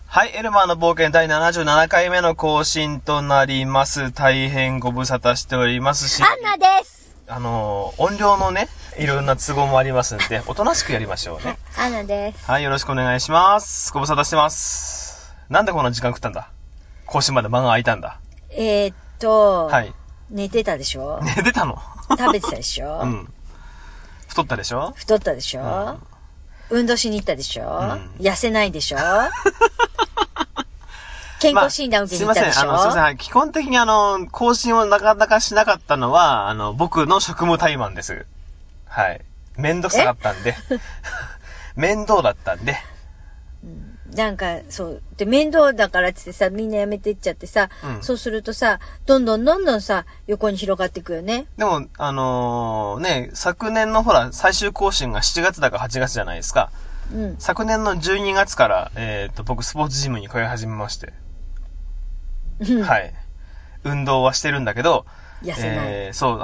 はい、エルマーの冒険第77回目の更新となります。大変ご無沙汰しておりますし。 アンナです。 音量のね、いろんな都合もありますんで、おとなしくやりましょうね。 はい、アンナです。 はい、よろしくお願いします。ご無沙汰してます。なんでこんな時間食ったんだ？更新まで間が空いたんだ。 はい。寝てたでしょ？ 寝てたの？ 食べてたでしょ？ うん。太ったでしょ？ 太ったでしょ？運動しに行ったでしょ？痩せないでしょ？健康診断受けに行ったでしょ？ すいません。基本的に更新をなかなかしなかったのは、僕の職務怠慢です。はい。めんどくさかったんで。面倒だったんで。 なんか、そう。で、面倒だからってさ、みんなやめてっちゃってさ、そうするとさ、どんどんさ、横に広がっていくよね。 でも、昨年のほら、最終更新が7月だか8月じゃないですか。昨年の12月から、僕スポーツジムに通い始めまして。はい。運動はしてるんだけど、 痩せない。 そう、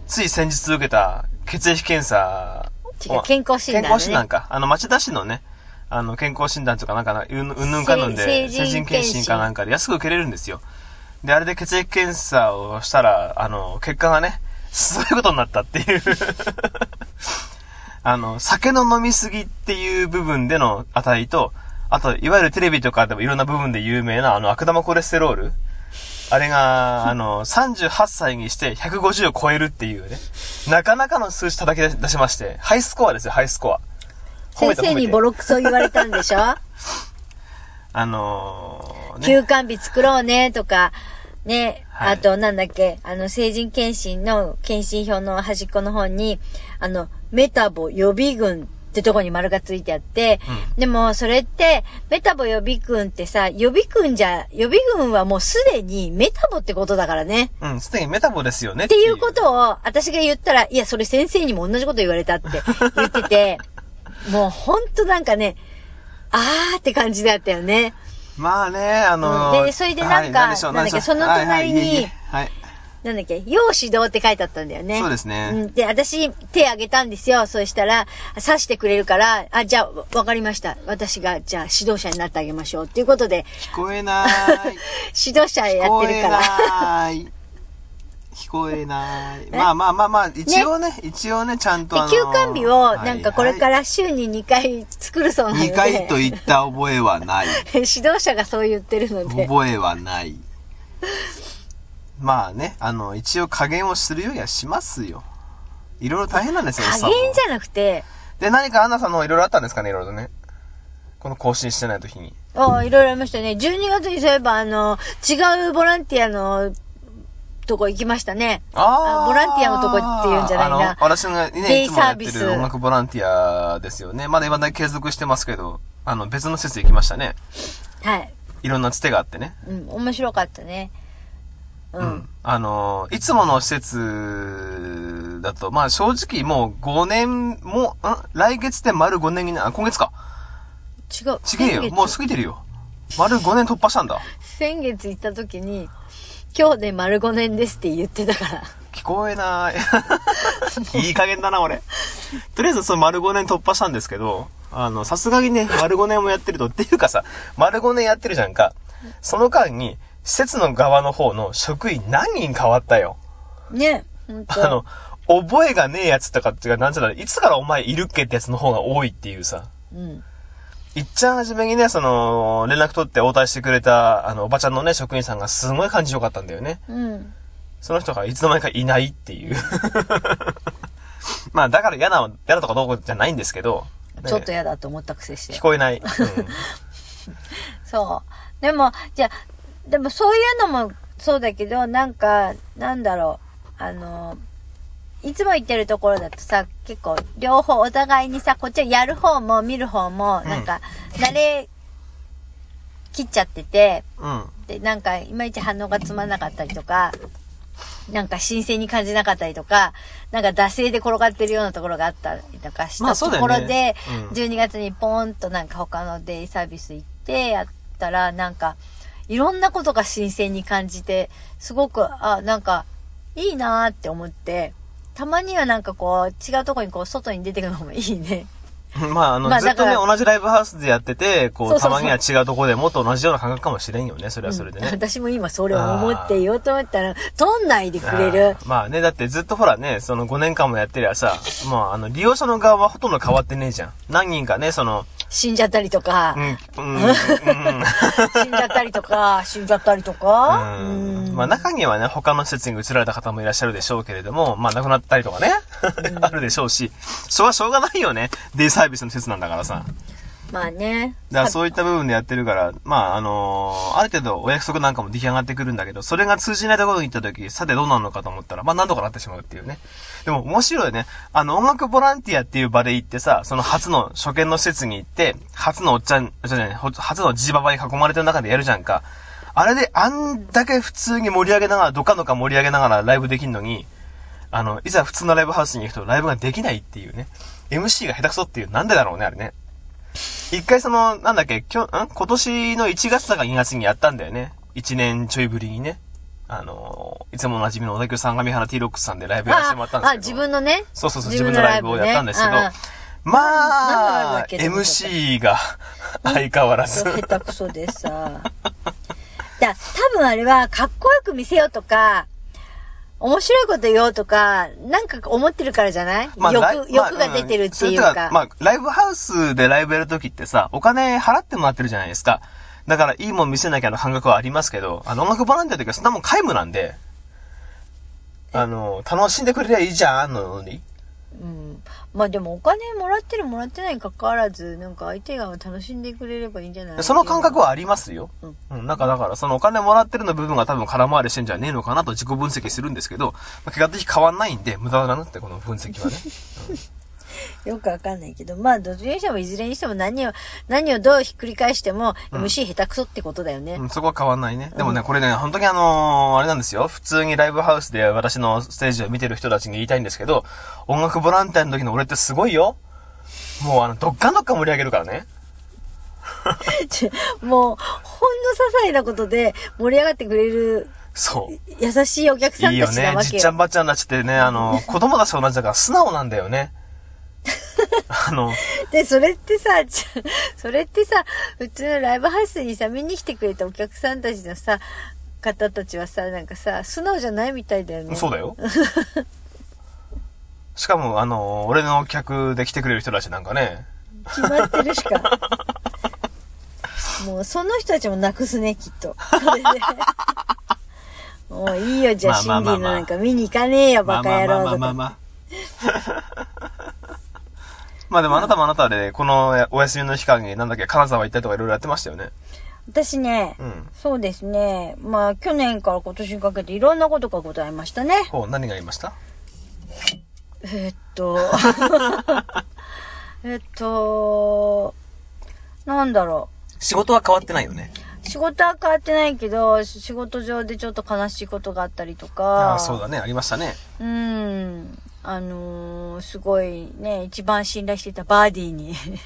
つい先日受けた血液検査。 違う、健康診断、ね。 健康診断か。町田市のね、健康診断とかなんか、うんぬんかんぬんで、成人検診かなんかで安く受けれるんですよ。で、あれで血液検査をしたら、結果がね、そういうことになったっていう。酒の飲みすぎっていう部分での値と、あと、いわゆるテレビとかでもいろんな部分で有名な悪玉コレステロール。あれが、38歳にして150を超えるっていうね。なかなかの数値叩き出しまして、ハイスコアですよ、ハイスコア。 先生にボロクソ言われたんでしょ？休館日作ろうねとか、ね、はい、あとなんだっけ、成人検診の検診票の端っこの方に、メタボ予備軍ってとこに丸がついてあって、でもそれって、メタボ予備軍ってさ、予備軍はもうすでにメタボってことだからね。 すでにメタボですよね。 っていうことを私が言ったら、いや、それ先生にも同じこと言われたって言ってて、もうほんとなんかね、あーって感じだったよね。 まあね、 で、それでなんか、なんだっけ、その隣に、なんだっけ、要指導って書いてあったんだよね。 そうですね。 で、私、手挙げたんですよ。そうしたら、刺してくれるから、じゃあ、わかりました。私が、じゃあ、指導者になってあげましょう。っていうことで。 聞こえない。 指導者やってるから。 聞こえない。まあ、一応ね、ちゃんと休館日を、なんかこれから週に2回作るそうなので。 2回と言った覚えはない。 指導者がそう言ってるので。 覚えはない。まあね、一応加減をするようにはしますよ。いろいろ大変なんですよ、 加減じゃなくて。 で、何かアンナさんのいろいろあったんですかね、いろいろとね。この更新してない時に。 いろいろありましたね。12月にそういえば、違うボランティアのとこ行きましたね。ボランティアのとこっていうんじゃないな。 私がね、いつもやってる音楽ボランティアですよね。まだ今だけ継続してますけど、別の施設行きましたね。 はい。 いろんなつてがあってね。 面白かったね。 いつもの施設だと、まあ正直もう5年も、来月で丸5年に今月か。 違えよ。もう過ぎてるよ。丸5年突破したんだ。 先月行った時に、今日で丸5年ですって言ってたから。 聞こえない。いい加減だな、俺。とりあえずその丸5年突破したんですけど、さすがにね、丸5年もやってると、っていうかさ、丸5年やってるじゃんか。その間に、施設の側の方の職員何人変わったよ。 ね。 覚えがねえやつとかっていうか、なんつうの、いつからお前いるっけってやつの方が多いっていうさ。いっちゃんはじめにね、連絡取って応対してくれた、おばちゃんのね、職員さんがすごい感じよかったんだよね。その人がいつの間にかいないっていう。まあ、だから嫌だとかどうこうじゃないんですけど。 ちょっと嫌だと思ったくせして。 聞こえない。 そう。でもそういうのもそうだけど、なんか、なんだろう。いつも行ってるところだとさ、結構、両方お互いにさ、こっちはやる方も見る方も、なんか、慣れ切っちゃってて、で、なんか、いまいち反応がつまんなかったりとか、なんか新鮮に感じなかったりとか、なんか惰性で転がってるようなところがあったりとかしたところで、12月にポーンとなんか他のデイサービス行ってやったら、なんか、いろんなことが新鮮に感じて、すごく、なんか、いいなーって思って、たまにはなんかこう、違うとこにこう、外に出てくのもいいね。 まあ、ずっとね、 だから同じライブハウスでやってて、こう、 そうそうそうたまには違うところでもっと同じような感覚かもしれんよね。それはそれでね。 私も今それを思って言おうと思ったら、取んないでくれる。 まあね、だってずっとほらね、その5年間もやってりゃさ、まあ、利用者の側はほとんど変わってねえじゃん。何人かね、 死んじゃったりとか、死んじゃったりとか、 まあ中にはね、他の施設に移られた方もいらっしゃるでしょうけれども、まあ亡くなったりとかね、あるでしょうし、それはしょうがないよね。デイサービスの施設なんだからさ。 まあね。 だからそういった部分でやってるから、まあある程度お約束なんかも出来上がってくるんだけど、それが通じないところに行った時、さてどうなるのかと思ったら、まあ何とかなってしまうっていうね。でも面白いよね。音楽ボランティアっていう場で行ってさ、その初見の施設に行って、初のジババに囲まれてる中でやるじゃんか。あれであんだけ普通に盛り上げながら、どかどか盛り上げながらライブできるのに、いざ普通のライブハウスに行くとライブができないっていうね。MC が下手くそっていう、なんでだろうね、あれね。一回今年の1月だか2月にやったんだよね。1年ちょいぶりにね。いつもおなじみの小田急相模原 T ロックスさんでライブやらせてもらったんですけど。 自分のね。 そう、自分のライブをやったんですけど、まあ、MC が相変わらず。 下手くそでさ。多分あれは、かっこよく見せようとか、面白いこと言おうとか、なんか思ってるからじゃない、欲が出てるっていうか。 まあ、ライブハウスでライブやるときってさ、お金払ってもらってるじゃないですか。だから、いいもん見せなきゃの感覚はありますけど、音楽ボランティアの時はそんなもん皆無なんで、楽しんでくれりゃいいじゃん、のに。 まあでもお金もらってるもらってないに関わらず、なんか相手が楽しんでくれればいいんじゃない？ その感覚はありますよ。だからそのお金もらってるの部分が多分空回りしてんじゃねえのかなと自己分析するんですけど、結果的に変わんないんで無駄だなってこの分析はね。 よくわかんないけど、まあどっちにしてもいずれにしても何をどうひっくり返しても、MC 下手くそってことだよね。 そこは変わんないね。でもね、これね、本当にあれなんですよ。普通にライブハウスで私のステージを見てる人たちに言いたいんですけど、音楽ボランティアの時の俺ってすごいよ。もうどっかん盛り上げるからね。 もう、ほんの些細なことで盛り上がってくれる。 そう。 優しいお客さんたちなわけよ。 いいよね。じっちゃんばっちゃんたちってね、子供たちと同じだから素直なんだよね。 で、それってさ、普通のライブハウスにさ、見に来てくれたお客さんたちのさ、方たちはさ、なんかさ、素直じゃないみたいだよね。 そうだよ。しかも、俺の客で来てくれる人たちなんかね。 決まってるしか。もう、その人たちもなくすね、きっと。これで。もういいよ、じゃあ、シンディのなんか見に行かねえよ、バカ野郎とか。 まあでもあなたもあなたで、このお休みの期間に金沢行ったりとかいろいろやってましたよね。 私ね、そうですね。まあ去年から今年にかけていろんなことがございましたね。 何がありました？ なんだろう。仕事は変わってないよね。 仕事は変わってないけど、仕事上でちょっと悲しいことがあったりとか。 そうだね、ありましたね。 すごいね、一番信頼してたバーディ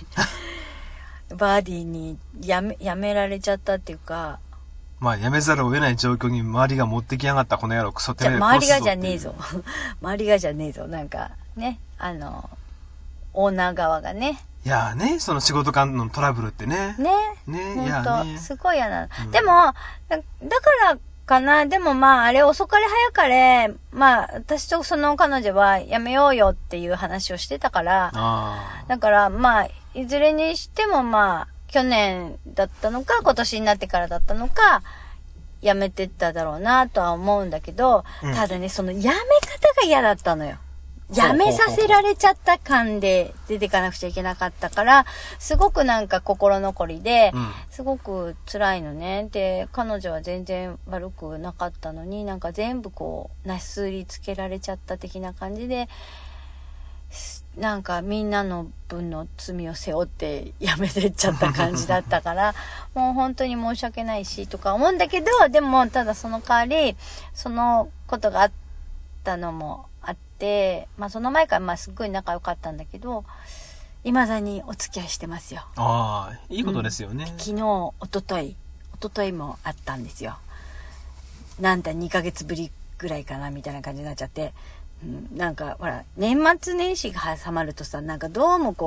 ーにやめられちゃったっていうか。 まあ、やめざるを得ない状況に周りが持ってきやがったこの野郎クソてめえ。 周りがじゃねえぞ。周りがじゃねえぞ。なんか、ね、オーナー側がね。 いやーね、その仕事間のトラブルってね。 いやね。すごい嫌な。でも、だからかな。でもまあ、あれ遅かれ早かれ、まあ、私とその彼女はやめようよっていう話をしてたから、だからまあ、いずれにしてもまあ、去年だったのか、今年になってからだったのか、やめてっただろうなとは思うんだけど、ただね、そのやめ方が嫌だったのよ。やめさせられちゃった感で出てかなくちゃいけなかったから、すごくなんか心残りで、すごく辛いのね。で、彼女は全然悪くなかったのに、なんか全部こう、なすりつけられちゃった的な感じで、なんかみんなの分の罪を背負ってやめてっちゃった感じだったから、もう本当に申し訳ないしとか思うんだけど、でもただその代わり、そのことがあったのもあって、まあその前からまあすっごい仲良かったんだけど、未だにお付き合いしてますよ。 ああ、いいことですよね。 昨日、一昨日もあったんですよ。なんだ2ヶ月ぶりぐらいかなみたいな感じになっちゃって、なんかほら年末年始が挟まるとさ、なんかどうもこう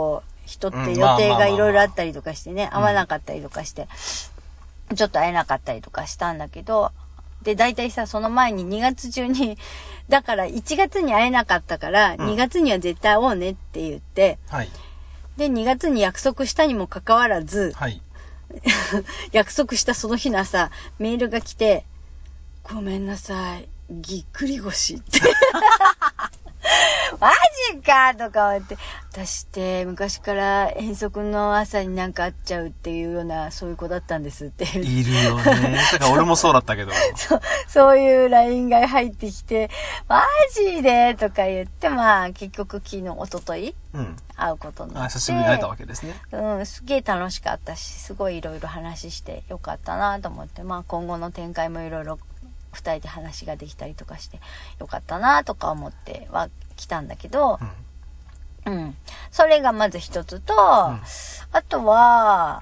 人って予定がいろいろあったりとかしてね、合わなかったりとかして、ちょっと会えなかったりとかしたんだけど、で、大体さ、その前に2月中に、だから1月に会えなかったから、2月には絶対会おうねって言って、 はい。 で、2月に約束したにもかかわらず、 はい。 約束したその日の朝、メールが来て、ごめんなさい、ぎっくり腰って。マジかとか思って。私って昔から遠足の朝になんか会っちゃうっていうような、そういう子だったんですって。 いるよね。だから俺もそうだったけど。 そういう LINE が入ってきて、マジでとか言って、まあ結局昨日、一昨日会うことになって。 久しぶりに会えたわけですね。 すげえ楽しかったし、すごいいろいろ話してよかったなと思って、まあ今後の展開もいろいろ二人で話ができたりとかしてよかったなとか思っては来たんだけど、それがまず一つと、あとは、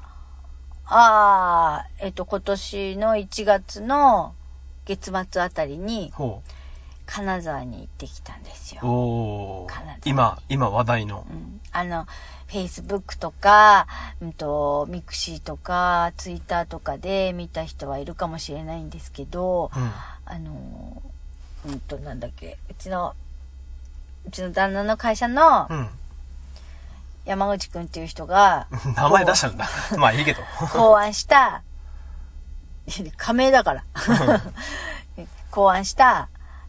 今年の1月の月末あたりに金沢に行ってきたんですよ。 今話題の、 Facebook とか、ミクシーとか、Twitter とかで見た人はいるかもしれないんですけど、なんだっけ、うちの旦那の会社の、山口くんっていう人が、 名前出しちゃうんだ。まあいいけど。 考案した、仮名だから。考案した、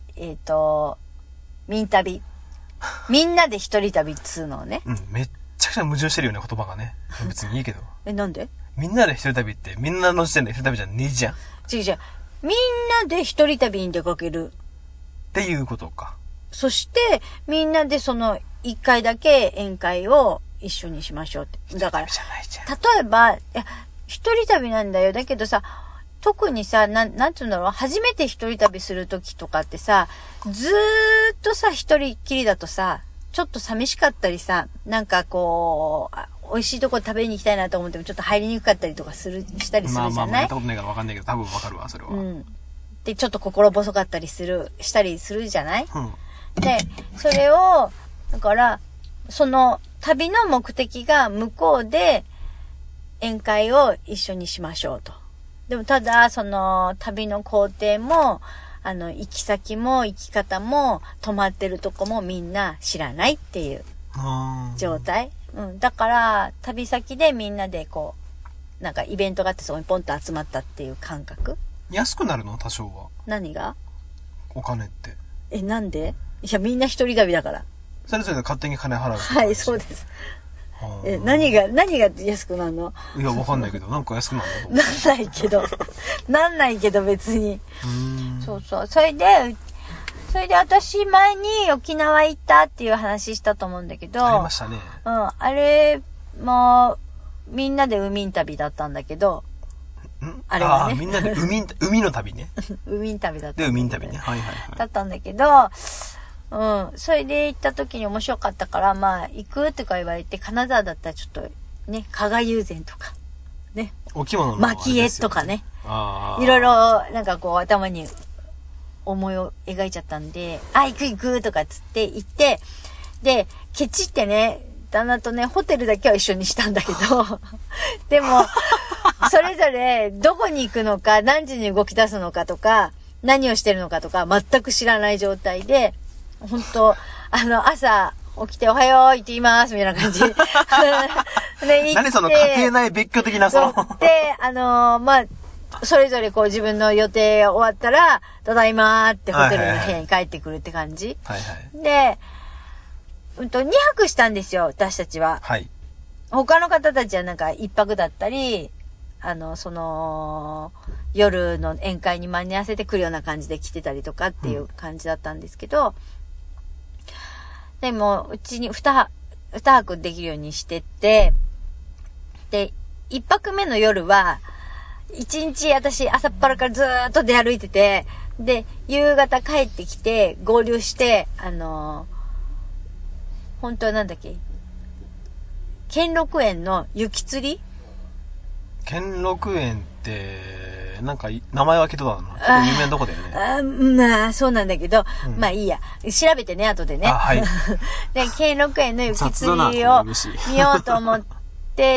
ミン旅。みんなで一人旅っつうのをね。 めっちゃくちゃ矛盾してるよね、言葉がね。別にいいけど。 なんで？ みんなで一人旅って、みんなの時点で一人旅じゃねえじゃん。 違う。みんなで一人旅に出かける。 っていうことか。 そして、みんなでその一回だけ宴会を一緒にしましょうって。だから、例えば、一人旅なんだよ。だけどさ、特にさ、なんつうんだろう、初めて一人旅するときとかってさ、ずーっとさ、一人っきりだとさ、ちょっと寂しかったりさ、なんかこう、美味しいとこ食べに行きたいなと思ってもちょっと入りにくかったりとかしたりするじゃない？まあやったことないからわかんないけど、多分わかるわ、それは。 で、ちょっと心細かったりしたりするじゃない？で、それを、だから、その旅の目的が向こうで宴会を一緒にしましょうと。でもただ、その旅の工程も、行き先も行き方も泊まってるとこもみんな知らないっていう状態。だから、旅先でみんなでこう、なんかイベントがあってそこにポンと集まったっていう感覚。 安くなるの？多少は。 何が？ お金って。 なんで？いや、みんな一人旅だから。 それぞれ勝手に金払う。 はい、そうです。何が安くなるの？ いや、わかんないけど、なんか安くなるの？ なんないけど別に。そう。それで私前に沖縄行ったっていう話したと思うんだけど。 ありましたね。 あれも、みんなで海旅だったんだけど。あれはね。 みんなで海の旅ね。 海旅だった。 で、海旅ね。はい。 だったんだけど、それで行った時に面白かったから、まあ、行くとか言われて、金沢だったらちょっと、ね、加賀友禅とか、ね。 お着物の、 蒔絵とかね。いろいろ、なんかこう、頭に思いを描いちゃったんで、行くとかつって行って、で、ケチってね、旦那とね、ホテルだけは一緒にしたんだけど、でも、それぞれどこに行くのか、何時に動き出すのかとか、何をしてるのかとか、全く知らない状態で、本当朝起きておはよう行ってきますみたいな感じで何その家庭内別居的なで、まあ、それぞれこう自分の予定終わったら、ただいまーってホテルの部屋に帰ってくるって感じ。で、2泊したんですよ、私たちは。他の方たちはなんか1泊だったり、夜の宴会に間に合わせてくるような感じで来てたりとかっていう感じだったんですけど、でも、うちに2泊できるようにしてって、で、1泊目の夜は、1日私朝っぱらからずーっと出歩いてて、で、夕方帰ってきて、合流して、本当はなんだっけ？兼六園の雪釣り？ 兼六園って、 ね。なんか、名前は聞いたことあるな。結構有名なとこだよね。 まあ、そうなんだけど、まあいいや。調べてね、後でね。 はい。 で、兼六園の雪吊りを見ようと思って、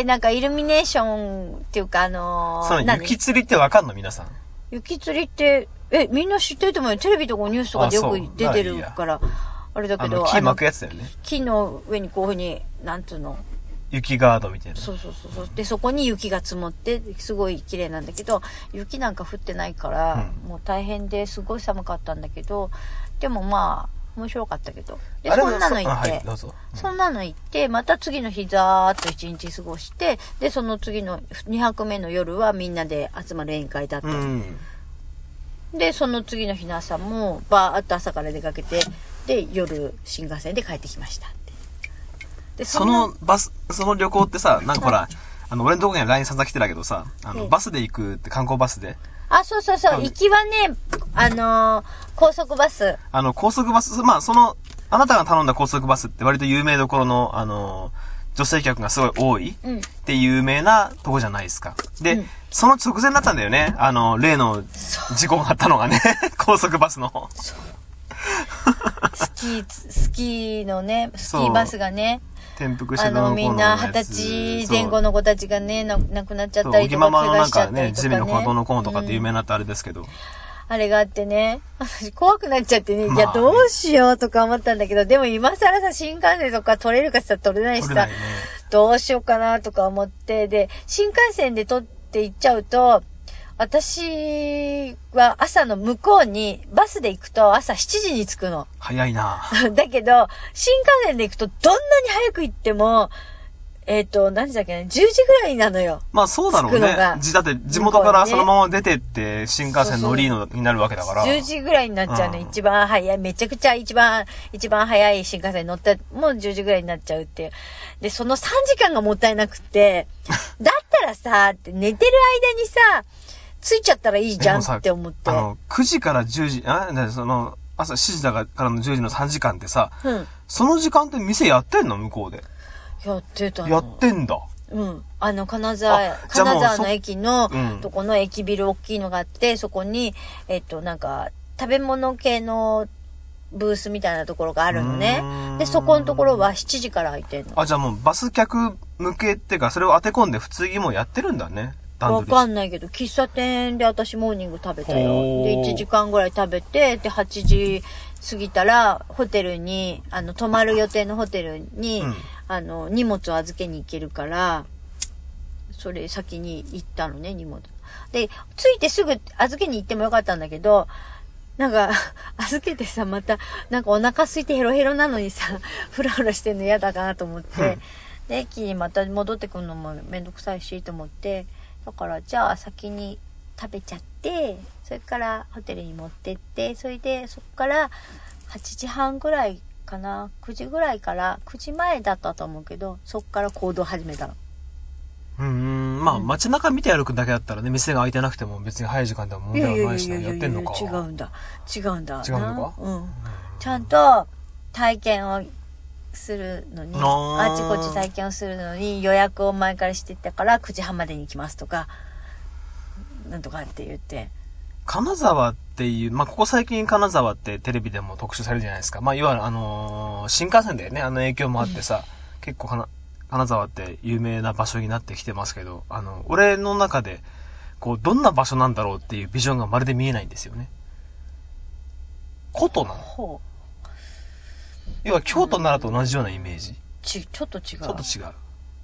なんかイルミネーションっていうか、 その雪吊りってわかんの皆さん。 雪吊りって、みんな知ってると思うよ。テレビとかニュースとかでよく出てるから、あれだけど。 木巻くやつだよね。 木の上にこういうふうに、なんつうの。 雪ガードみたいな。 そう。で、そこに雪が積もって、すごい綺麗なんだけど、雪なんか降ってないから、もう大変ですごい寒かったんだけど、でもまあ、面白かったけど。で、そんなの行って、そんなの行って、また次の日ざーっと一日過ごして、で、その次の2泊目の夜はみんなで集まる宴会だった。で、その次の日の朝も、バーっと朝から出かけて、で、夜、新幹線で帰ってきました。でその旅行ってさ、なんかほら、俺のとこには LINE さんざ来てたけどさ、バスで行くって観光バスで。 あ、そう。行きはね、高速バス。 高速バス、まあ、あなたが頼んだ高速バスって割と有名どころの、女性客がすごい多いって有名なとこじゃないですか。で、その直前だったんだよね。例の事故があったのがね、高速バスの。 スキーのね、スキーバスがね、 転覆してみんな20歳前後の子たちがね、亡くなっちゃったりとか、 怪我しちゃったりとかね。ジミの子供の子とかって有名になったあれですけど。 あれがあってね、私怖くなっちゃってね、いや、どうしようとか思ったんだけど、でも今更さ、新幹線とか取れるかしたら取れないしさ、どうしようかなとか思って、で、新幹線で取って行っちゃうと、私は朝の向こうに、バスで行くと朝7時に着くの。 早いなだけど、新幹線で行くとどんなに早く行っても、何時だっけね、10時ぐらいなのよ。 まあそうだろうね。だって地元からそのまま出てって新幹線乗りになるわけだから。 10時ぐらいになっちゃうね。一番早い、めちゃくちゃ一番早い新幹線乗ったらもう10時ぐらいになっちゃうっていう。で、その3時間がもったいなくって、だったらさ、って寝てる間にさ、着いちゃったらいいじゃんって思って。 9時から10時、朝7時だからの10時の3時間ってさ、その時間って店やってんの向こうで。 やってたの。 やってんだ。 金沢の駅のとこの駅ビル大きいのがあって、そこに、なんか、食べ物系のブースみたいなところがあるのね。で、そこのところは7時から開いてんの。 じゃあもうバス客向けっていうか、それを当て込んで普通にもうやってるんだね。 わかんないけど、喫茶店で私モーニング食べたよ。で、1時間ぐらい食べて、で、8時過ぎたら、ホテルに、泊まる予定のホテルに、荷物を預けに行けるから、それ先に行ったのね、荷物。で、着いてすぐ預けに行ってもよかったんだけど、なんか、預けてさ、また、なんかお腹空いてヘロヘロなのにさ、フラフラしてんの嫌だかなと思って、で、駅にまた戻ってくるのもめんどくさいしと思って、だからじゃあ先に食べちゃって、それからホテルに持ってって、それでそこから8時半ぐらいかな、9時ぐらいから、9時前だったと思うけど、そこから行動始めたの。 まあ街中見て歩くだけだったらね、店が開いてなくても別に早い時間でも問題はないしな、やってんのか。 違うんだ。違うのか。ちゃんと体験をするのに、あちこち体験をするのに予約を前からしてたから9時半までに行きますとか、なんとかって言って。 金沢っていう、まあここ最近金沢ってテレビでも特集されるじゃないですか。まあいわゆる新幹線でね、影響もあってさ、結構金沢って有名な場所になってきてますけど、俺の中で、こう、どんな場所なんだろうっていうビジョンがまるで見えないんですよね。古都なの。要は京都奈良と同じようなイメージ。 ちょっと違う。 ちょっと違う。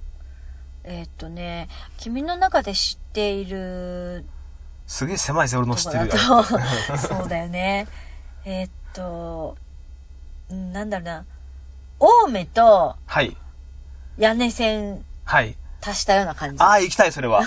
君の中で知っている。 すげえ狭いぜ、俺の知ってる。 そうだよね。なんだろうな。青梅と、 はい。 屋根線、 はい。 足したような感じ。 ああ、行きたい、それは。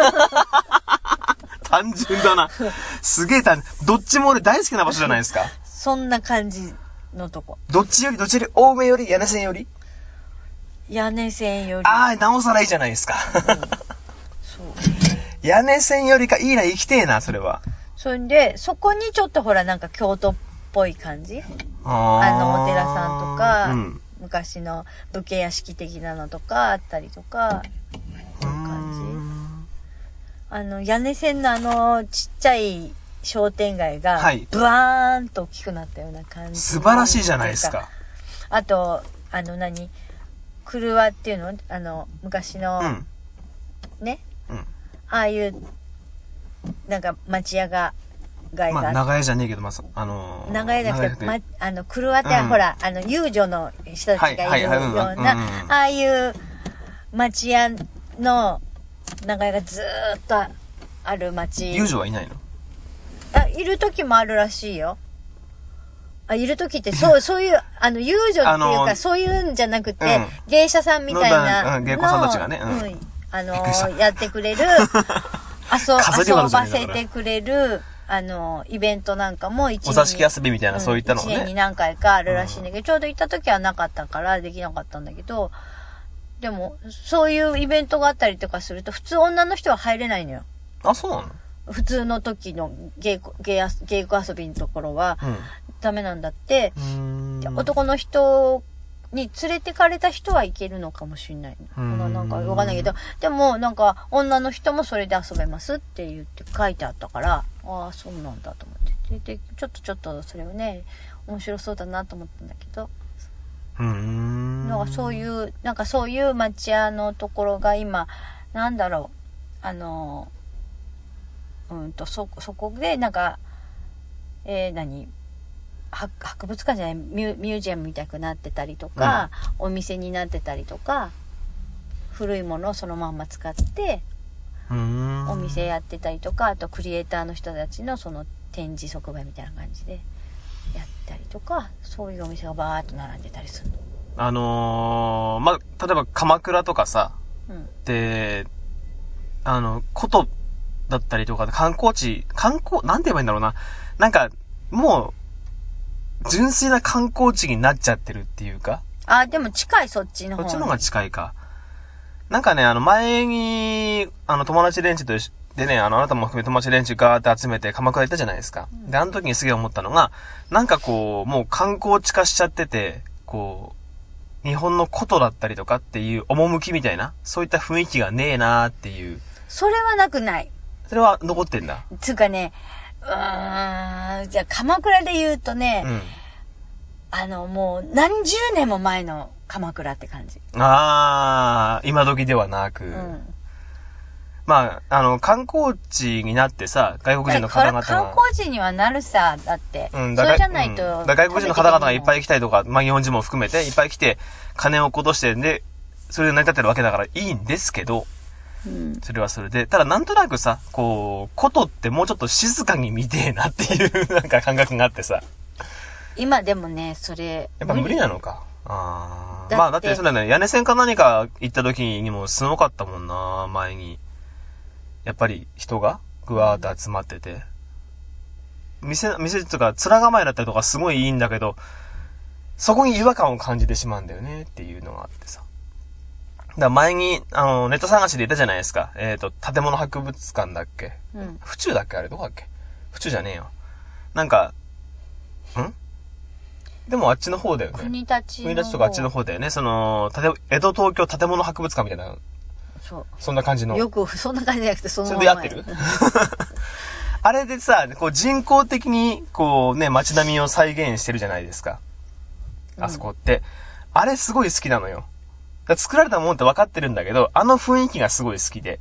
単純だな。すげえどっちも俺大好きな場所じゃないですか。 そんな感じのとこ。 どっちより、青梅より屋根線より屋根線より。 ああ、なおさらいいじゃないですか。そう。屋根線よりか、いいな、行きてえな、それは。 それで、そこにちょっとほら、なんか京都っぽい感じ。お寺さんとか、昔の武家屋敷的なのとかあったりとか、そういう感屋根線のちっちゃい商店街が、ブワーンと大きくなったような感じ。 素晴らしいじゃないですか。 あと、クルワっていうの昔の、ね、ああいう、なんか町屋が、 まあ、長屋じゃねえけど、まあ、 長屋じゃなくて、クルワって、ほら、遊女の人たちがいるような、ああいう町屋の長屋がずーっとある町。 遊女はいないの？ いる時もあるらしいよ。いる時って、そういう、遊女っていうか、そういうんじゃなくて、芸者さんみたいな。 芸妓さんたちがね。 やってくれる、遊ばせてくれる、イベントなんかもお座敷遊びみたいな、そういったのね。 1年に何回かあるらしいんだけど、ちょうど行った時はなかったからできなかったんだけど、でも、そういうイベントがあったりとかすると、普通女の人は入れないのよ。 あ、そうなの？ 普通の時の芸妓遊びのところは、ダメなんだって、男の人に連れてかれた人は行けるのかもしれない。なんかわかんないけど、でもなんか女の人もそれで遊べますって言って書いてあったから、ああ、そうなんだと思って。で、ちょっとそれをね、面白そうだなと思ったんだけど。なんかそういう町屋のところが今、なんだろう、そこでなんか、博物館じゃないミュージアムみたいになってたりとか、お店になってたりとか、古いものをそのまんま使ってお店やってたりとか、あとクリエイターの人たちのその展示即売みたいな感じでやったりとか、そういうお店がバーッと並んでたりするの。 まあ、例えば鎌倉とかさ、で、古都だったりとか、なんて言えばいいんだろうな。なんか、もう、純粋な観光地になっちゃってるっていうか。 でも近い、そっちの方。 そっちの方が近いか。なんかね、前に、友達連中でね、あなたも含め友達連中ガーって集めて鎌倉行ったじゃないですか。で、あの時にすげえ思ったのが、なんかこう、もう観光地化しちゃってて、こう、日本の古都だったりとかっていう趣みたいな、そういった雰囲気がねえなーっていう。 それはなくない。 それは残ってんだ。 つうかね、じゃあ鎌倉で言うとね、もう何十年も前の鎌倉って感じ。 今時ではなく。まあ、観光地になってさ、外国人の方々が。 観光地にはなるさ、だって。それじゃないと。 外国人の方々がいっぱい来たりとか、まあ日本人も含めていっぱい来て、金を落としてんで、それで成り立ってるわけだからいいんですけど、それはそれで。ただなんとなくさ、こう、古都ってもうちょっと静かに見てえなっていうなんか感覚があってさ。 今でもね、それ。 やっぱ無理なのか。まあだってそうだね、屋根線か何か行った時にもすごかったもんな、前に。やっぱり人がぐわーって集まってて。店とか面構えだったりとかすごいいいんだけど、そこに違和感を感じてしまうんだよねっていうのがあってさ。だから前に、ネット探しで言ったじゃないですか。建物博物館だっけ？府中だっけあれどこだっけ？府中じゃねえよ。なんか、でもあっちの方だよね。 国立とかあっちの方だよね。江戸東京建物博物館みたいな。そんな感じの。 よく、そんな感じじゃなくて、それでやってるあれでさ、こう人工的に、こうね、街並みを再現してるじゃないですか。あそこって。あれすごい好きなのよ。作られたものって分かってるんだけど、あの雰囲気がすごい好きで。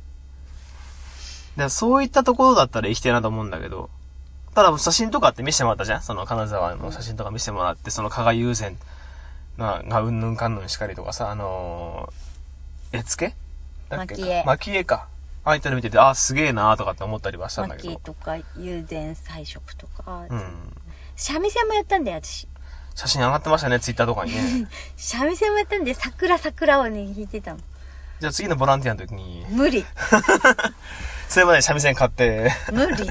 そういったところだったら生きてるなと思うんだけど、ただ写真とかって見せてもらったじゃん？その金沢の写真とか見せてもらって、その加賀友禅がうんぬんかんぬんしかりとかさ、絵付け蒔絵か。ああいったの見てて、すげえなーとかって思ったりはしたんだけど。 蒔絵とか、友禅彩色とか。三味線もやったんだよ、私。 写真上がってましたね、ツイッターとかにね。 三味線もやったんで、桜をね、弾いてたの。 じゃあ次のボランティアの時に。 無理。 それまで三味線買って。 無理。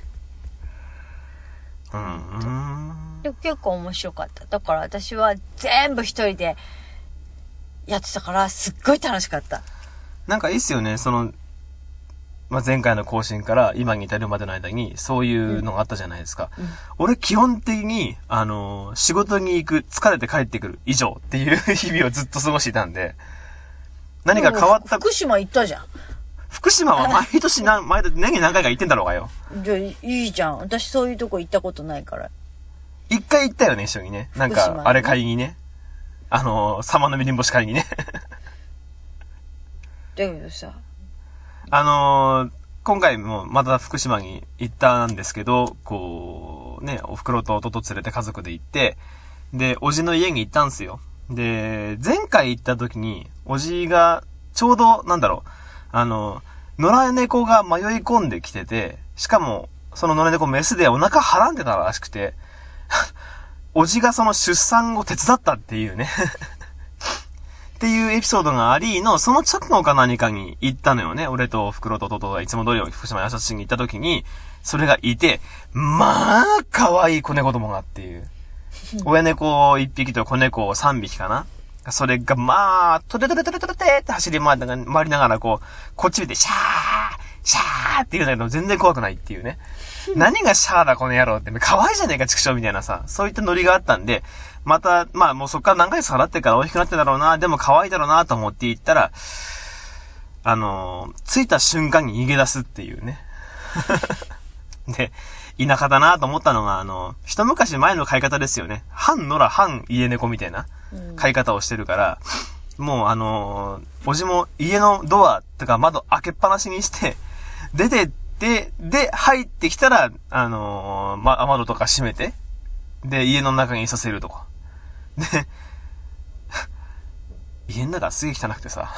でも結構面白かった。だから私は全部一人でやってたから、すっごい楽しかった。 なんかいいっすよね、前回の更新から今に至るまでの間に、そういうのがあったじゃないですか。俺基本的に、仕事に行く、疲れて帰ってくる以上っていう日々をずっと過ごしていたんで、何か変わった。 福島行ったじゃん。 福島は毎年年に何回か行ってんだろうがよ。 じゃあ、いいじゃん。私そういうとこ行ったことないから。 一回行ったよね、一緒にね。なんか、あれ買いにね。サマのみりん干し買いにね。 だけどさ。 今回もまた福島に行ったんですけど、こう、ね、お袋と弟連れて家族で行って、で、おじの家に行ったんすよ。で、前回行った時に、おじが、ちょうど、野良猫が迷い込んできてて、しかも、その野良猫メスでお腹はらんでたらしくて、おじがその出産を手伝ったっていうね。っていうエピソードがありの、その直後か何かに行ったのよね。俺と袋と弟がいつも通り福島やさしに行った時に、それがいて、まあ、可愛い子猫どもがっていう。親猫1匹と子猫3匹かな。それがまあ、トレトレトレトレって走り回りながらこっち見て、シャーシャーって言うんだけど、全然怖くないっていうね。何がシャーだこの野郎って、可愛いじゃねえか畜生みたいなさ、そういったノリがあったんで、また、まあもうそっから何回か払ってから大きくなってんだろうな、でも可愛いだろうなと思って行ったら、着いた瞬間に逃げ出すっていうね。で、田舎だなと思ったのが、一昔前の飼い方ですよね。半野良半家猫みたいな飼い方をしてるから、もうおじも家のドアとか窓開けっぱなしにして、出てって、で、入ってきたら、窓とか閉めて、で、家の中にいさせるとか。で、家の中すげえ汚くてさ。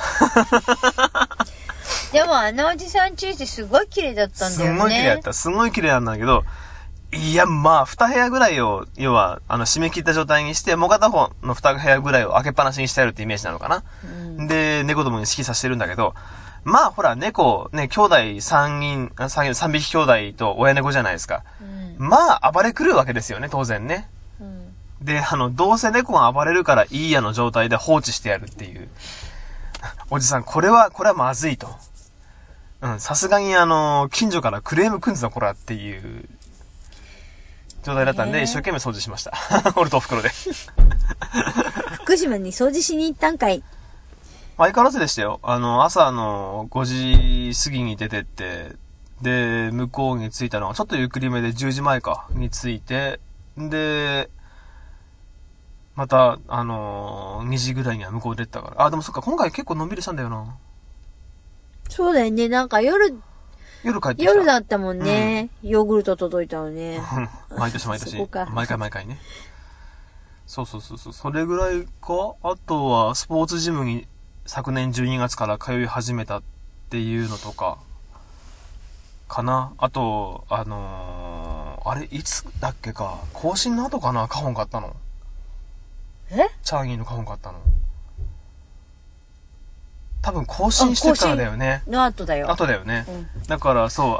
でもおじさん家ってすごい綺麗だったんだよね。 すごい綺麗だった。すごい綺麗なんだけど、いや、まあ、2部屋ぐらいを、要は、締め切った状態にして、もう片方の2部屋ぐらいを開けっぱなしにしてやるってイメージなのかな。で、猫どもに指揮させてるんだけど、まあ、ほら、猫、ね、兄弟3匹兄弟と親猫じゃないですか。まあ、暴れ狂うわけですよね、当然ね。で、どうせ猫が暴れるからいいやの状態で放置してやるっていう。おじさん、これはまずいと。さすがに近所からクレームくんずのこらっていう状態だったんで、一生懸命掃除しました。俺とお袋で。 福島に掃除しに行ったんかい。 相変わらずでしたよ。朝5時過ぎに出てって、で、向こうに着いたのは、ちょっとゆっくりめで10時前か、に着いて、で、また、2時ぐらいには向こう出てたから。あ、でもそっか、今回結構のんびりしたんだよな。 そうだよね、なんか夜帰ってきた。 夜だったもんね。ヨーグルト届いたのね。 毎年。毎回ね。そう。それぐらいか。あとは、スポーツジムに昨年12月から通い始めたっていうのとか、かな。あと、あれ、いつだっけか。更新の後かな、花本買ったの。チャーギーの花本買ったの。多分更新してからだよね。 の後だよ。 後だよね。だからそう、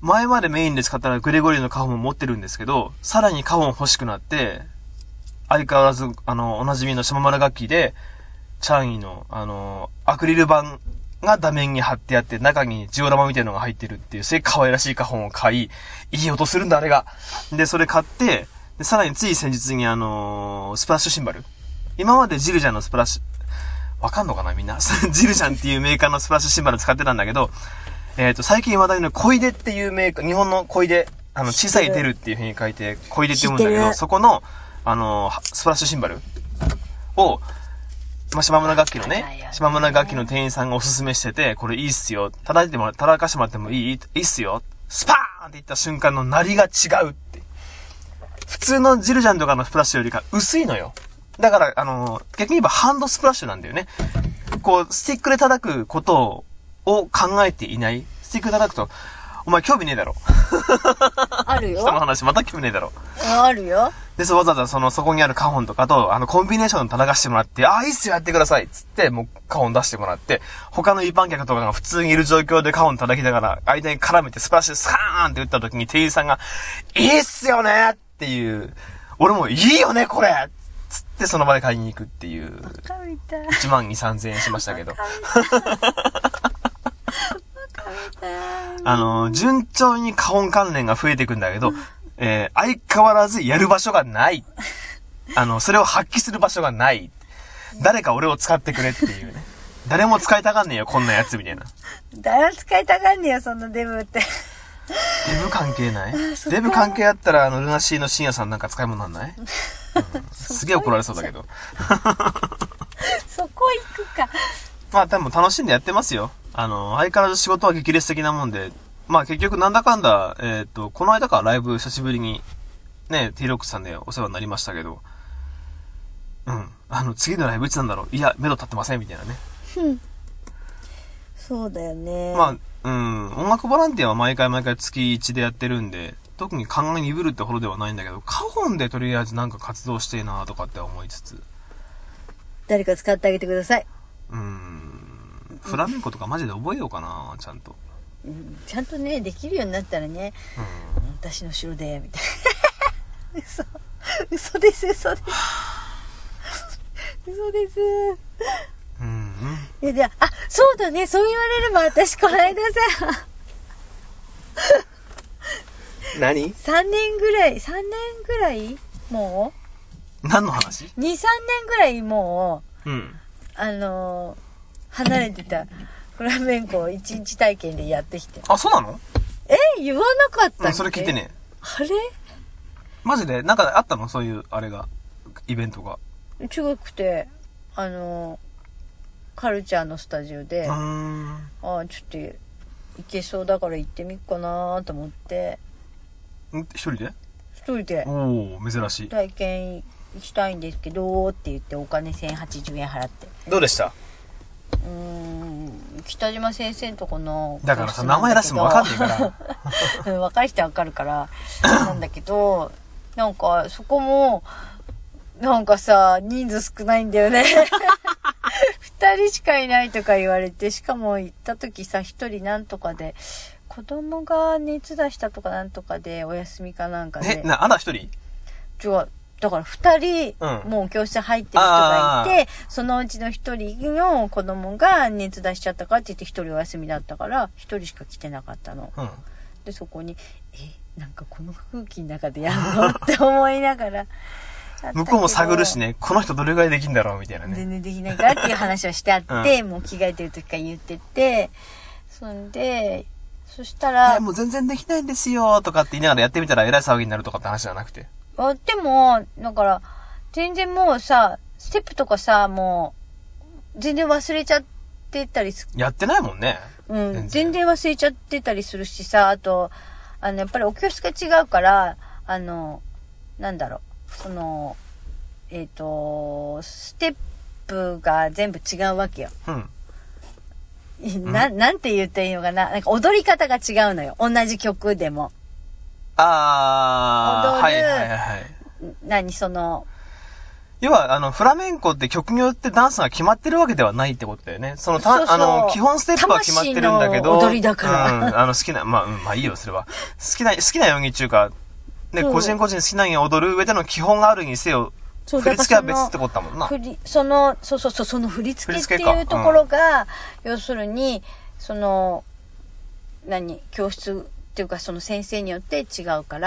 前までメインで使ったらグレゴリーの花本持ってるんですけど、さらに花本欲しくなって、相変わらず、おなじみの島村楽器で、チャーギーの、アクリル板が画面に貼ってあって、中にジオラマみたいなのが入ってるっていう、すげえ可愛らしい花本を買い、いい音するんだ、あれが。で、それ買って、でさらについ先日にスプラッシュシンバル。今までジルジャンのスプラッシュ、わかんのかなみんな。ジルジャンっていうメーカーのスプラッシュシンバル使ってたんだけど、最近話題の小出っていうメーカー、日本の小出、小さい出るっていう風に書いて、小出って読むんだけど、そこの、スプラッシュシンバルを、まあ、島村楽器のね、島村楽器の店員さんがおすすめしてて、これいいっすよ。叩かしてもらってもいいっすよ。スパーンって言った瞬間の鳴りが違うって。普通のジルジャンとかのスプラッシュよりか薄いのよ。だから、逆に言えばハンドスプラッシュなんだよね。こう、スティックで叩くことを考えていない。スティックで叩くと、お前興味ねえだろ。 あるよ。 人の話また興味ねえだろ。 あるよ。 で、わざわざそこにある花本とかと、コンビネーションで叩かしてもらって、いいっすよ、やってください。つって、もう花本出してもらって、他の一般客とかが普通にいる状況で花本叩きながら、間に絡めてスプラッシュスカーンって打った時に店員さんが、いいっすよねっていう、俺もいいよね、これつってその場で買いに行くっていう。1万2、3000円しましたけど。順調に花本関連が増えていくんだけど、相変わらずやる場所がない。それを発揮する場所がない。誰か俺を使ってくれっていうね。 誰も使いたがんねえよ、こんなやつ、みたいな。 誰も使いたがんねえよ、そのデブって。 デブ関係ない？デブ関係あったら、ルナシーの深夜さんなんか使い物なんない？すげえ怒られそうだけど。 そこ行くか。 まあでも楽しんでやってますよ。相変わらず仕事は激烈的なもんで、まあ結局なんだかんだ、この間からライブ久しぶりに、ね、T-ROCK さんでお世話になりましたけど、次のライブいつなんだろう？いや、目処立ってません、みたいなね。 そうだよね。 まあ、音楽ボランティアは毎回月1でやってるんで、特に考え鈍るってほどではないんだけど、カホンでとりあえずなんか活動してえなとかって思いつつ。 誰か使ってあげてください。 フラメンコとかマジで覚えようかな、ちゃんと。 ちゃんとね、できるようになったらね、私の後ろで、みたいな。嘘です。嘘です。いや、そうだね、そう言われれば私この間さ、 何 3年ぐらいもう何の話 ?2、3年ぐらいもう、離れてたフラメンコを1日体験でやってきて。 あ、そうなの？ 言わなかったっけ？ それ聞いてね。 あれ？ マジでなんかあったの？そういう、あれが、イベントが。 違くて、カルチャーのスタジオで、ちょっと行けそうだから行ってみっかなと思って。 一人で？ 一人で。 おー、珍しい。 体験行きたいんですけどって言ってお金1080円払って。 どうでした？ 北島先生のとこのだからさ、名前出しても分かんないから。 分かる人は分かるからなんだけど、なんかそこもなんかさ、人数少ないんだよね。2人しかいないとか言われて、しかも行った時さ、1人なんとかで子供が熱出したとかなんとかでお休みかなんかで。 あんた1人？ 違う。だから2人、もう教室入ってる人がいて、そのうちの1人の子供が熱出しちゃったからって言って1人お休みだったから、1人しか来てなかったの。で、そこに、なんかこの空気の中でやるのって思いながら。 向こうも探るしね、この人どれぐらいできんだろうみたいなね。 全然できないからっていう話をしてあって、もう着替えてる時から言ってて、そしたら、 もう全然できないんですよとかって言いながらやってみたら偉い騒ぎになるとかって話じゃなくて。 でも、だから、全然もうさ、ステップとかさ、もう、全然忘れちゃってたりする。 やってないもんね。 全然忘れちゃってたりするしさ、あと、やっぱりお教室が違うから、なんだろう、ステップが全部違うわけよ。なんて言っていいのかな。なんか踊り方が違うのよ。同じ曲でも。 はい。要は、フラメンコって曲によってダンスが決まってるわけではないってことだよね。基本ステップは決まってるんだけど。 踊りだから。 好きな、まあいいよ、それは。好きなようにっていうか、ね、個人個人好きなように踊る上での基本があるにせよ、振り付けは別ってことだもんな。 その振り付けっていうところが、要するに、教室っていうかその先生によって違うから、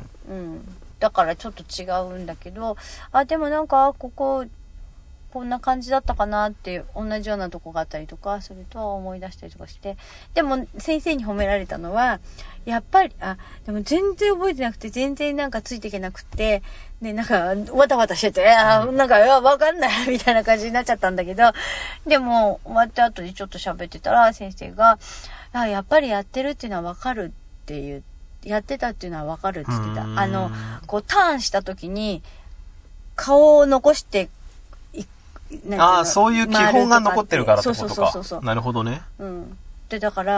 だからちょっと違うんだけど、でもなんか、こんな感じだったかなっていう、同じようなとこがあったりとか、それと思い出したりとかして。でも、先生に褒められたのは、やっぱり、でも全然覚えてなくて、全然なんかついていけなくて、で、なんか、わたわたしてて、なんか、わかんないみたいな感じになっちゃったんだけど、でも、終わって後でちょっと喋ってたら、先生が、やっぱりやってるっていうのはわかるっていう、やってたっていうのはわかるって言ってた。ターンした時に、顔を残して、 そういう基本が残ってるからってことか。 そう。 なるほどね。 で、だから、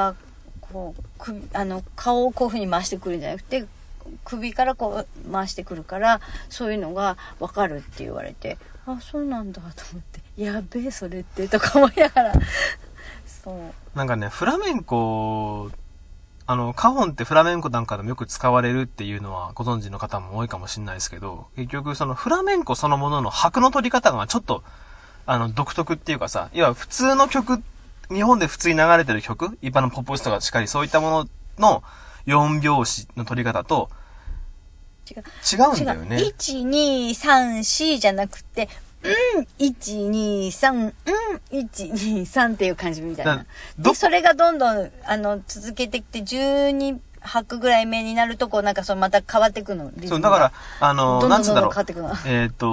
顔をこういう風に回してくるんじゃなくて、首からこう回してくるから、そういうのがわかるって言われて、そうなんだと思って、やべえ、それって、とか思いながら、そう。 なんかね、フラメンコ、カホンってフラメンコなんかでもよく使われるっていうのはご存知の方も多いかもしれないですけど、結局フラメンコそのものの拍の取り方がちょっと、独特っていうかさ、要は普通の曲、日本で普通に流れてる曲、一般のポップスとかしっかりそういったものの4拍子の取り方と違うんだよね。 1、2、3、4じゃなくて、 1、2、3、1、2、3っていう感じみたいな。で、それがどんどん、続けてきて、12拍ぐらい目になると、こう、なんかまた変わっていくの。 そう、だから、なんつうんだろう。 変わっていくの。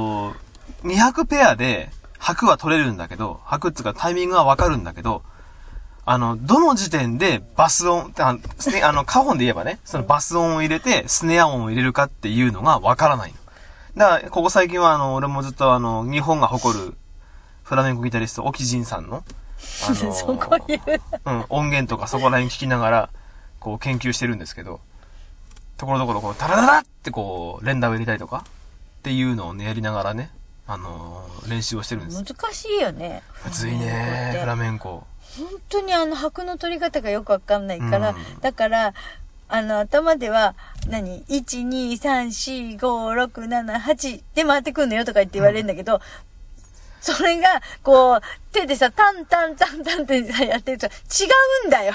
2拍ペアで、拍は取れるんだけど、拍っていうかタイミングはわかるんだけど、どの時点でバス音、カホンで言えばね、そのバス音を入れて、スネア音を入れるかっていうのがわからないの。だから、ここ最近は俺もずっと日本が誇るフラメンコギタリスト、沖仁さんの、 そこ言う。 音源とかそこら辺聞きながら、こう研究してるんですけど、ところどころこう、タラララってこう、連打を入れたりとか、っていうのをね、やりながらね、練習をしてるんです。 難しいよね。 むずいね、フラメンコ。 本当に拍の取り方がよくわかんないから、だから、頭では、1、2、3、4、5、6、7、8で回ってくんのよとか言って言われるんだけど、それが、こう、手でさ、タンタンタンタンってさ、やってると違うんだよ。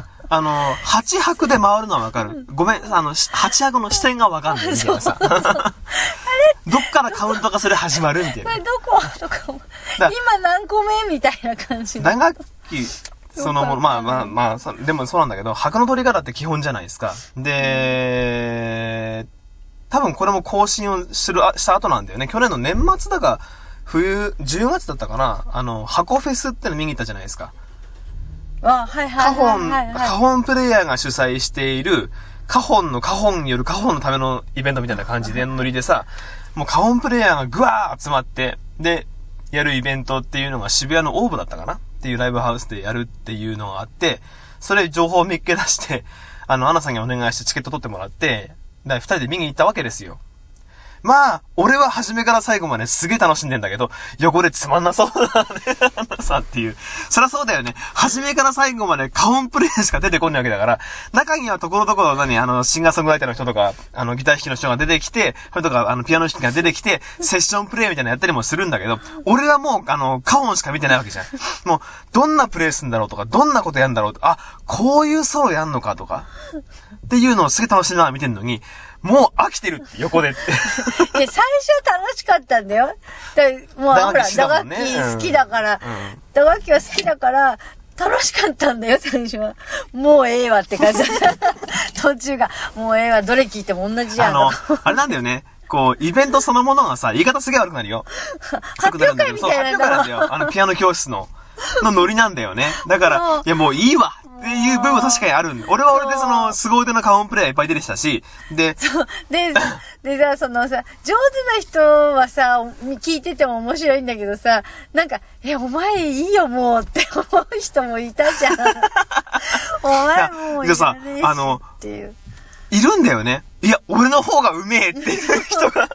8拍で回るのはわかる。ごめん、8拍の視点がわかんないみたいなさ。あれどっからカウントがそれ始まるみたいな。 これどことかも。今何個目みたいな感じ。 打楽器、まあ、でもそうなんだけど、拍の取り方って基本じゃないですか。で、多分これも更新をした後なんだよね。去年の年末だか、冬、10月だったかな、箱フェスっての見に行ったじゃないですか。 はいはいはい。 カホンプレイヤーが主催している、カホンによるカホンのためのイベントみたいな感じでノリでさ、もうカホンプレイヤーがぐわー集まって、で、やるイベントっていうのが渋谷のオーブだったかなっていうライブハウスでやるっていうのがあって、それ情報を見っけ出して、アナさんにお願いしてチケット取ってもらって、二人で見に行ったわけですよ。まあ、俺は初めから最後まですげえ楽しんでんだけど、横でつまんなそうだね、アナさんっていう。そりゃそうだよね。初めから最後までカホンプレイしか出てこないわけだから、中にはところどころシンガーソングライターの人とか、ギター弾きの人が出てきて、それとか、ピアノ弾きが出てきて、セッションプレイみたいなのやったりもするんだけど、俺はもう、カホンしか見てないわけじゃん。もう、どんなプレイするんだろうとか、どんなことやるんだろうとか、こういうソロやんのかとか、っていうのをすげえ楽しみながら見てんのに、もう飽きてるって横でって。 最初楽しかったんだよ。もうほら、打楽器好きだから、打楽器は好きだから、楽しかったんだよ、最初は。もうええわって感じ。途中が、もうええわ、どれ聞いても同じじゃん。 あれなんだよね。こう、イベントそのものがさ、言い方すげえ悪くなるよ。 発表会みたいな。 そう、発表会なんだよ。ピアノ教室のノリなんだよね。だから、いやもういいわっていう部分は確かにあるんで。俺は俺で凄腕のカホンプレイヤーいっぱい出てきたし、で、 そう。でさ、上手な人はさ、聞いてても面白いんだけどさ、なんか、お前いいよもうって思う人もいたじゃん。お前もういいよっていう。 いるんだよね。いや、俺の方がうめえっていう人が。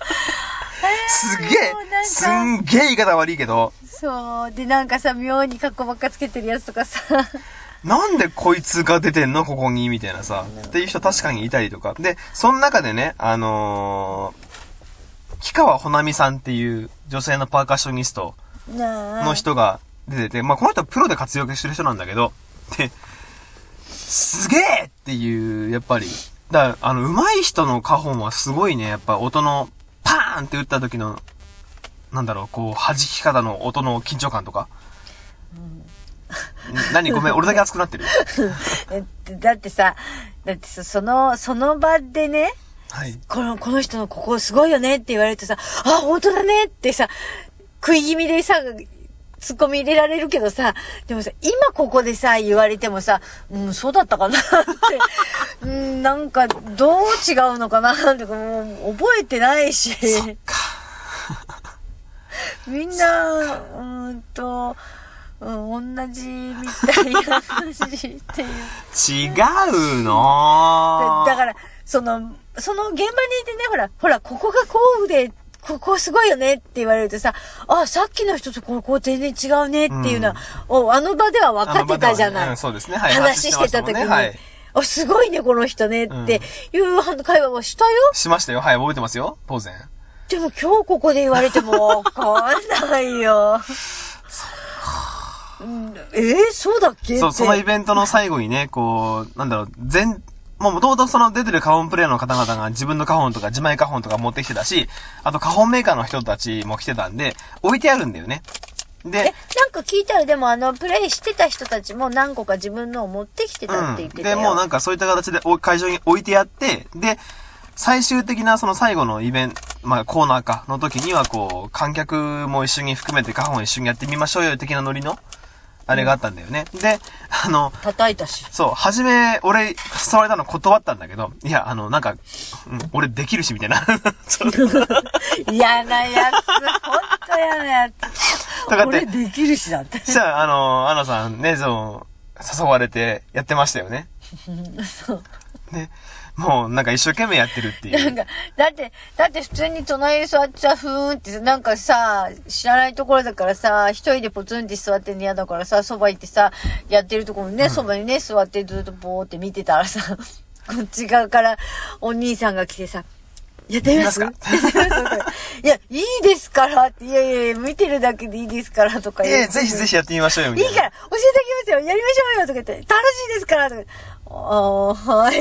すんげえ言い方悪いけど。 そう。で、なんかさ、妙にカッコばっかつけてるやつとかさ。 なんでこいつが出てんのここにみたいなさ。っていう人確かにいたりとか。で、その中でね、木川ほなみさんっていう女性のパーカッショニストの人が出てて、まあこの人はプロで活躍してる人なんだけど、で、すげえっていう、やっぱり。だから、上手い人のカホンはすごいね、やっぱ音のパーンって打った時の、なんだろう、こう、弾き方の音の緊張感とか。何ごめん、俺だけ熱くなってる。 だってさ、その場でね、 はい。 この人のここすごいよねって言われるとさ、本当だねってさ、食い気味でさ、ツッコミ入れられるけどさ、でもさ、今ここでさ、言われてもさ、そうだったかなって、なんか、どう違うのかなってもう、覚えてないし。 そっか。 みんな、同じみたいな感じっていう。 違うのだから、その現場にいてね、ほら、ここがこうで、ここすごいよねって言われるとさ、さっきの人とここ全然違うねっていうのは、あの場では分かってたじゃない。 そうですね。はい。 話してた時に、すごいね、この人ねっていう会話はしたよ。 しましたよ。はい、覚えてますよ。当然。 でも今日ここで言われても分かんないよ。そうだっけそう、そのイベントの最後にね、こう、なんだろう、 もともとその出てるカホンプレイヤーの方々が自分のカホンとか自前カホンとか持ってきてたし、あとカホンメーカーの人たちも来てたんで、置いてあるんだよね。で、 なんか聞いたらでもプレイしてた人たちも何個か自分のを持ってきてたって言ってたよ。 で、もうなんかそういった形で会場に置いてあって、で、最終的なその最後のイベント、まあコーナーかの時にはこう、観客も一緒に含めてカホン一緒にやってみましょうよ的なノリの、あれがあったんだよね。で、 叩いたし。 そう、初め、俺、触れたの断ったんだけど、いや、なんか、俺できるし、みたいな。 嫌なやつ、ほんと嫌なやつ。 とかって俺できるしだって。 じゃあ、アナさんね、誘われてやってましたよね。 そう。 ね。もう、なんか一生懸命やってるっていう。 なんか、だって普通に隣に座ってさ、ふーんって、なんかさ、知らないところだからさ、一人でポツンって座ってんの嫌だからさ、そば行ってさ、やってるところね、そばにね、座ってずっとぼーって見てたらさ、こっち側からお兄さんが来てさ、やってみますかいや、いいですからって、いや、見てるだけでいいですからとか言って。 ぜひぜひやってみましょうよ、みたいな。 いいから、教えてあげますよ、やりましょうよとか言って、楽しいですからとか言って、はい、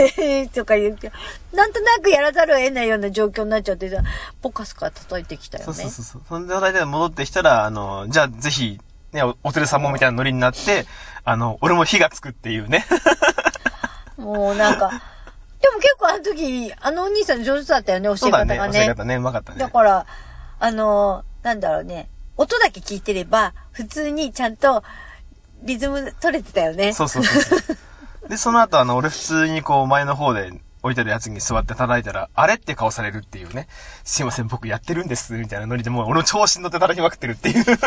とか言って、なんとなくやらざるを得ないような状況になっちゃってさ、ポカスカ叩いてきたよね。 そう。そんで大体戻ってきたら、じゃあぜひ、ね、おてるさんもみたいなノリになって、俺も火がつくっていうね。 もうなんか、でも結構あの時、お兄さん上手だったよね、教え方がね。 そうだね、教え方ね、うまかったね。 だから、なんだろうね、音だけ聞いてれば、普通にちゃんとリズム取れてたよね。 そう。で、その後俺普通にこう前の方で置いてるやつに座って叩いたら、あれって顔されるっていうね。すいません、僕やってるんです、みたいなノリでもう俺の調子に乗って叩きまくってるっていう。もう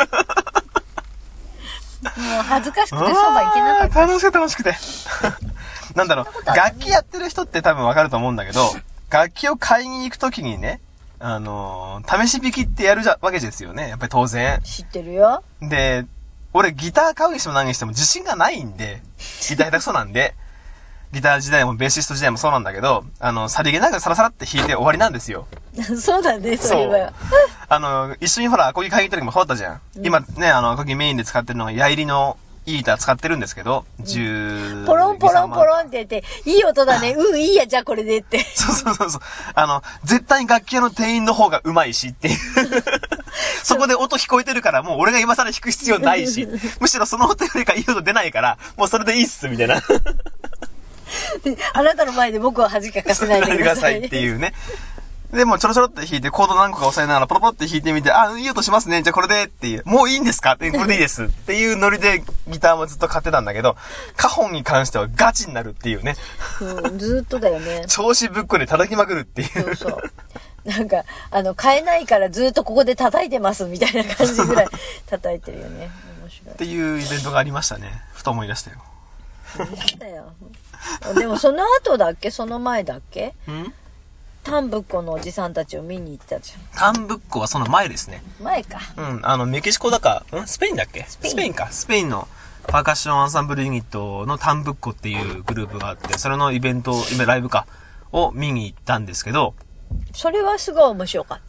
恥ずかしくてそば行けなかった。 楽しくて。なんだろう、楽器やってる人って多分わかると思うんだけど、楽器を買いに行くときにね、試し弾きってやるわけですよね。やっぱり当然。 知ってるよ。 で、俺ギター買うにしても何にしても自信がないんで、ギター下手くそなんで、ギター時代もベーシスト時代もそうなんだけど、さりげなくサラサラって弾いて終わりなんですよ。 そうだね、それは。 一緒にほら、アコギ買いに行った時もそうだったじゃん。今ね、アコギメインで使ってるのが、矢入りのいいギター使ってるんですけど、 ポロンポロンポロンって言って、いい音だね、いいや、じゃあこれでって。 そう。絶対に楽器屋の店員の方が上手いしっていう。そこで音聞こえてるから、もう俺が今更弾く必要ないし、むしろその音よりかいい音出ないから、もうそれでいいっす、みたいな。 あなたの前で僕は恥かかせないでください。 っていうね。で、もうちょろちょろって弾いて、コード何個か押さえながらポロポロって弾いてみて、いい音しますね。じゃあこれでっていう。もういいんですかって、これでいいです。っていうノリでギターもずっと買ってたんだけど、カホンに関してはガチになるっていうね。 ずっとだよね。 調子ぶっこで叩きまくるっていう。 そう。なんか、買えないからずっとここで叩いてますみたいな感じぐらい叩いてるよね。面白い。 っていうイベントがありましたね。ふと思い出したよ。 だよ。でもその後だっけその前だっけタンブッコのおじさんたちを見に行ったじゃん。タンブッコはその前ですね。 前か。 メキシコだか、スペインだっけスペインか。スペインのパーカッションアンサンブルユニットのタンブッコっていうグループがあって、それのイベント、ライブか、を見に行ったんですけど。 それはすごい面白かった。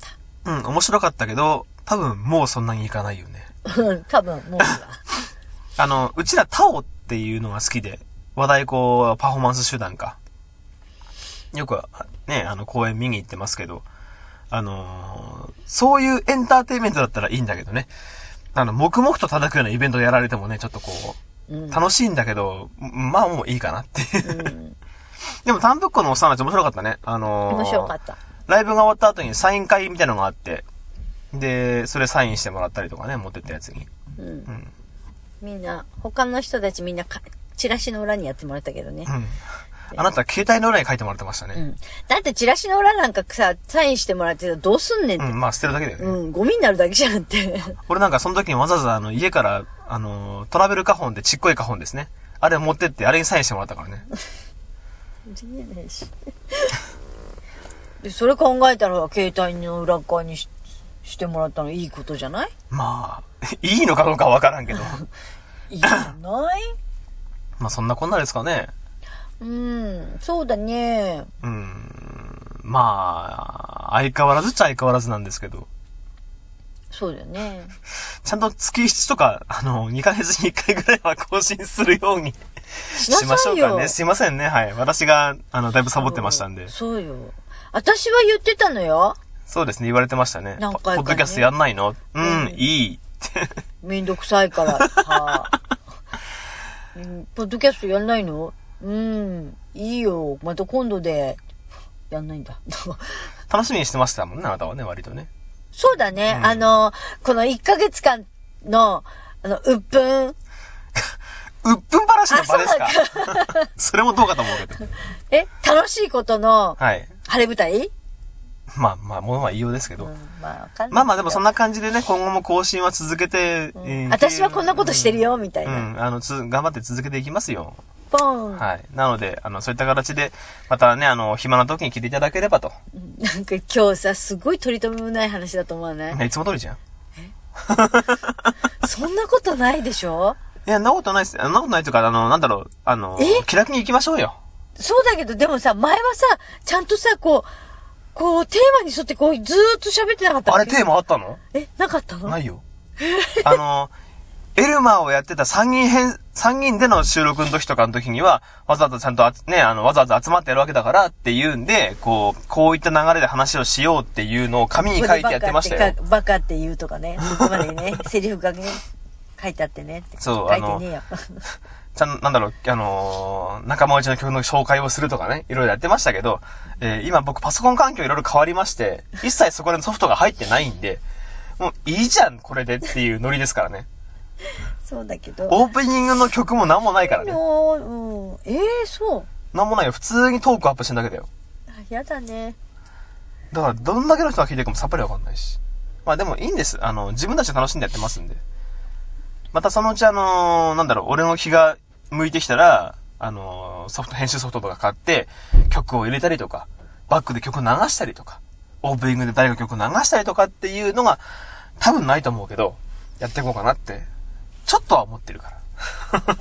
面白かったけど、多分もうそんなにいかないよね。 多分もうだ。うちらタオっていうのが好きで、和太鼓パフォーマンス集団か。よくね、公演見に行ってますけど、そういうエンターテインメントだったらいいんだけどね。黙々と叩くようなイベントやられてもね、ちょっとこう、楽しいんだけど、まあもういいかなっていう。でも、タンブッコのおっさんたち面白かったね。 面白かった。 ライブが終わった後にサイン会みたいなのがあって、で、それサインしてもらったりとかね、持ってったやつに。 みんな、他の人たちみんなチラシの裏にやってもらったけどね。 あなた携帯の裏に書いてもらってましたね。 だってチラシの裏なんかさ、サインしてもらってどうすんねんって。 まあ捨てるだけだよね。 ゴミになるだけじゃんって。 俺なんかその時にわざわざ家から、トラベルカホンでちっこいカホンですね。あれ持ってって、あれにサインしてもらったからね。 でそれ考えたら携帯の裏側にしてもらったのいいことじゃない？ まあ、いいのかどうかはわからんけど。 いいじゃない？ まあそんなこんなですかね。 そうだね。 まあ、相変わらずっちゃ相変わらずなんですけど。 そうだよね。 ちゃんと月7とか、2ヶ月に1回ぐらいは更新するようにしましょうかね。すいませんね。はい。私が、だいぶサボってましたんで。 そうよ。私は言ってたのよ。 そうですね、言われてましたね。 何回かねポッドキャストやんないの？いい。 めんどくさいから。はあポッドキャストやんないの？いいよ。また今度で。やんないんだ。 楽しみにしてましたもんね、あなたはね、割とね。 そうだね。この1ヶ月間の、うっぷん。 うっぷん話の場ですか？それもどうかと思うけど。 楽しいことの、 はい。 晴れ舞台？ まあ、ものは言いようですけど。 まあでもそんな感じでね、今後も更新は続けて、 私はこんなことしてるよ、みたいな。 頑張って続けていきますよ。 ポン。 はい。なので、そういった形で、またね、暇な時に聞いていただければと。 なんか今日さ、すごい取り留めもない話だと思わない？ いつも通りじゃん。 そんなことないでしょ？ いや、そんなことないです。そんなことないというか、気楽に行きましょうよ。 そうだけど、でもさ、前はさ、ちゃんとさ、こう、テーマに沿ってずーっと喋ってなかったっけ？ あれテーマあったの？ なかったの？ ないよ。エルマーをやってた参議院での収録の時とかの時には、わざわざちゃんとわざわざ集まってやるわけだからっていうんで、こういった流れで話をしようっていうのを紙に書いてやってましたよ。 バカって言うとかね。そこまでね、セリフがね、書いてあってねって。 そう、 書いてねえよ。 仲間内の曲の紹介をするとかね、いろいろやってましたけど、今僕パソコン環境いろいろ変わりまして、一切そこでソフトが入ってないんで、もういいじゃん、これでっていうノリですからね。 そうだけど。 オープニングの曲も何もないからね。 そう。 何もないよ。普通にトークアップしてるだけだよ。 やだね。 だから、どんだけの人が聞いてるかもさっぱりわかんないし。まあでもいいんです。自分たちで楽しんでやってますんで。またそのうち俺の気が向いてきたら、編集ソフトとか買って、曲を入れたりとか、バックで曲流したりとか、オープニングで誰が曲流したりとかっていうのが、多分ないと思うけど、やっていこうかなって、ちょっとは思ってるから。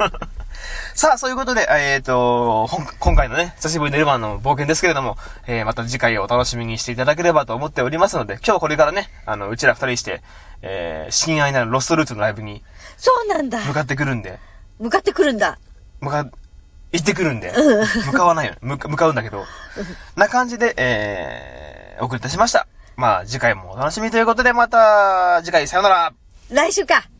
さあ、そういうことで、今回のね、久しぶりのエルマンの冒険ですけれども、また次回をお楽しみにしていただければと思っておりますので、今日これからね、うちら二人して、親愛なるロストルーツのライブに、 そうなんだ。 向かってくるんで。 向かってくるんだ。 行ってくるんで。向かわないよ。向かうんだけど。な感じで、お送りいたしました。まあ、次回もお楽しみということで、また、次回さよなら。 来週か。